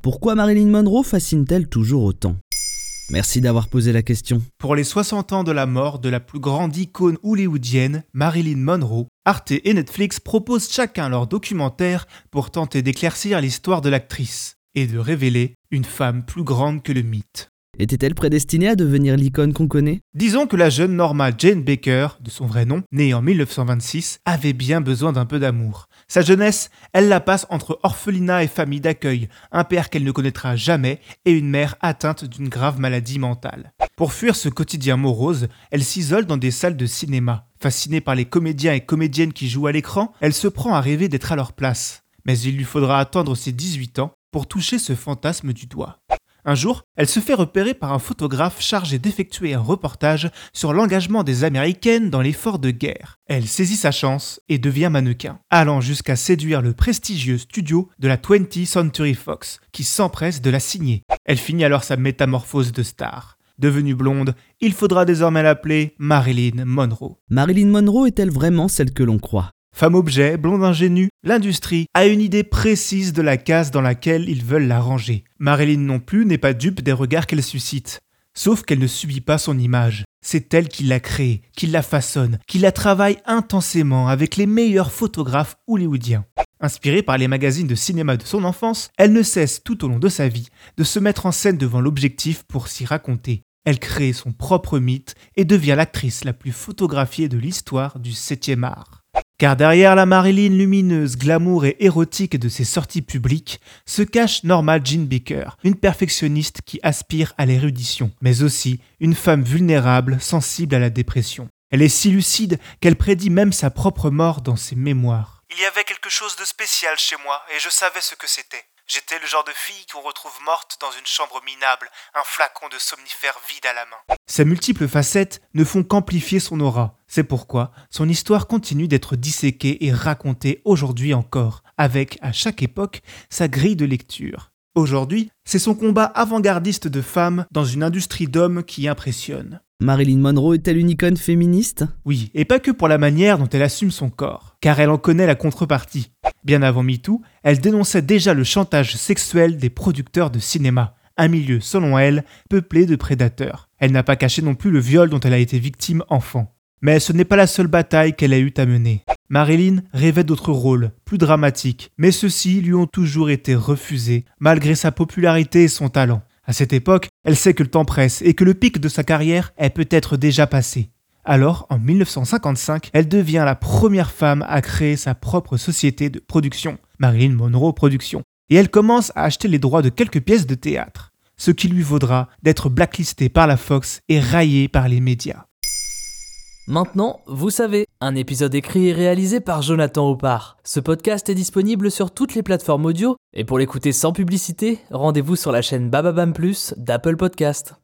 Pourquoi Marilyn Monroe fascine-t-elle toujours autant ? Merci d'avoir posé la question. Pour les 60 ans de la mort de la plus grande icône hollywoodienne, Marilyn Monroe, Arte et Netflix proposent chacun leur documentaire pour tenter d'éclaircir l'histoire de l'actrice et de révéler une femme plus grande que le mythe. Était-elle prédestinée à devenir l'icône qu'on connaît ? Disons que la jeune Norma Jane Baker, de son vrai nom, née en 1926, avait bien besoin d'un peu d'amour. Sa jeunesse, elle la passe entre orphelinat et famille d'accueil, un père qu'elle ne connaîtra jamais et une mère atteinte d'une grave maladie mentale. Pour fuir ce quotidien morose, elle s'isole dans des salles de cinéma. Fascinée par les comédiens et comédiennes qui jouent à l'écran, elle se prend à rêver d'être à leur place. Mais il lui faudra attendre ses 18 ans pour toucher ce fantasme du doigt. Un jour, elle se fait repérer par un photographe chargé d'effectuer un reportage sur l'engagement des Américaines dans l'effort de guerre. Elle saisit sa chance et devient mannequin, allant jusqu'à séduire le prestigieux studio de la 20th Century Fox, qui s'empresse de la signer. Elle finit alors sa métamorphose de star. Devenue blonde, il faudra désormais l'appeler Marilyn Monroe. Marilyn Monroe est-elle vraiment celle que l'on croit ? Femme objet, blonde ingénue, l'industrie a une idée précise de la case dans laquelle ils veulent la ranger. Marilyn non plus n'est pas dupe des regards qu'elle suscite. Sauf qu'elle ne subit pas son image. C'est elle qui l'a créée, qui la façonne, qui la travaille intensément avec les meilleurs photographes hollywoodiens. Inspirée par les magazines de cinéma de son enfance, elle ne cesse tout au long de sa vie de se mettre en scène devant l'objectif pour s'y raconter. Elle crée son propre mythe et devient l'actrice la plus photographiée de l'histoire du 7e art. Car derrière la Marilyn lumineuse, glamour et érotique de ses sorties publiques, se cache Norma Jean Baker, une perfectionniste qui aspire à l'érudition, mais aussi une femme vulnérable, sensible à la dépression. Elle est si lucide qu'elle prédit même sa propre mort dans ses mémoires. Il y avait quelque chose de spécial chez moi et je savais ce que c'était. J'étais le genre de fille qu'on retrouve morte dans une chambre minable, un flacon de somnifère vide à la main. Ses multiples facettes ne font qu'amplifier son aura. C'est pourquoi son histoire continue d'être disséquée et racontée aujourd'hui encore, avec, à chaque époque, sa grille de lecture. Aujourd'hui, c'est son combat avant-gardiste de femme dans une industrie d'hommes qui impressionne. Marilyn Monroe est-elle une icône féministe ? Oui, et pas que pour la manière dont elle assume son corps, car elle en connaît la contrepartie. Bien avant MeToo, elle dénonçait déjà le chantage sexuel des producteurs de cinéma, un milieu, selon elle, peuplé de prédateurs. Elle n'a pas caché non plus le viol dont elle a été victime enfant. Mais ce n'est pas la seule bataille qu'elle a eu à mener. Marilyn rêvait d'autres rôles, plus dramatiques, mais ceux-ci lui ont toujours été refusés, malgré sa popularité et son talent. À cette époque, elle sait que le temps presse et que le pic de sa carrière est peut-être déjà passé. Alors, en 1955, elle devient la première femme à créer sa propre société de production, Marilyn Monroe Productions, et elle commence à acheter les droits de quelques pièces de théâtre, ce qui lui vaudra d'être blacklistée par la Fox et raillée par les médias. Maintenant, vous savez, un épisode écrit et réalisé par Jonathan Oppard. Ce podcast est disponible sur toutes les plateformes audio, et pour l'écouter sans publicité, rendez-vous sur la chaîne Bababam Plus d'Apple Podcast.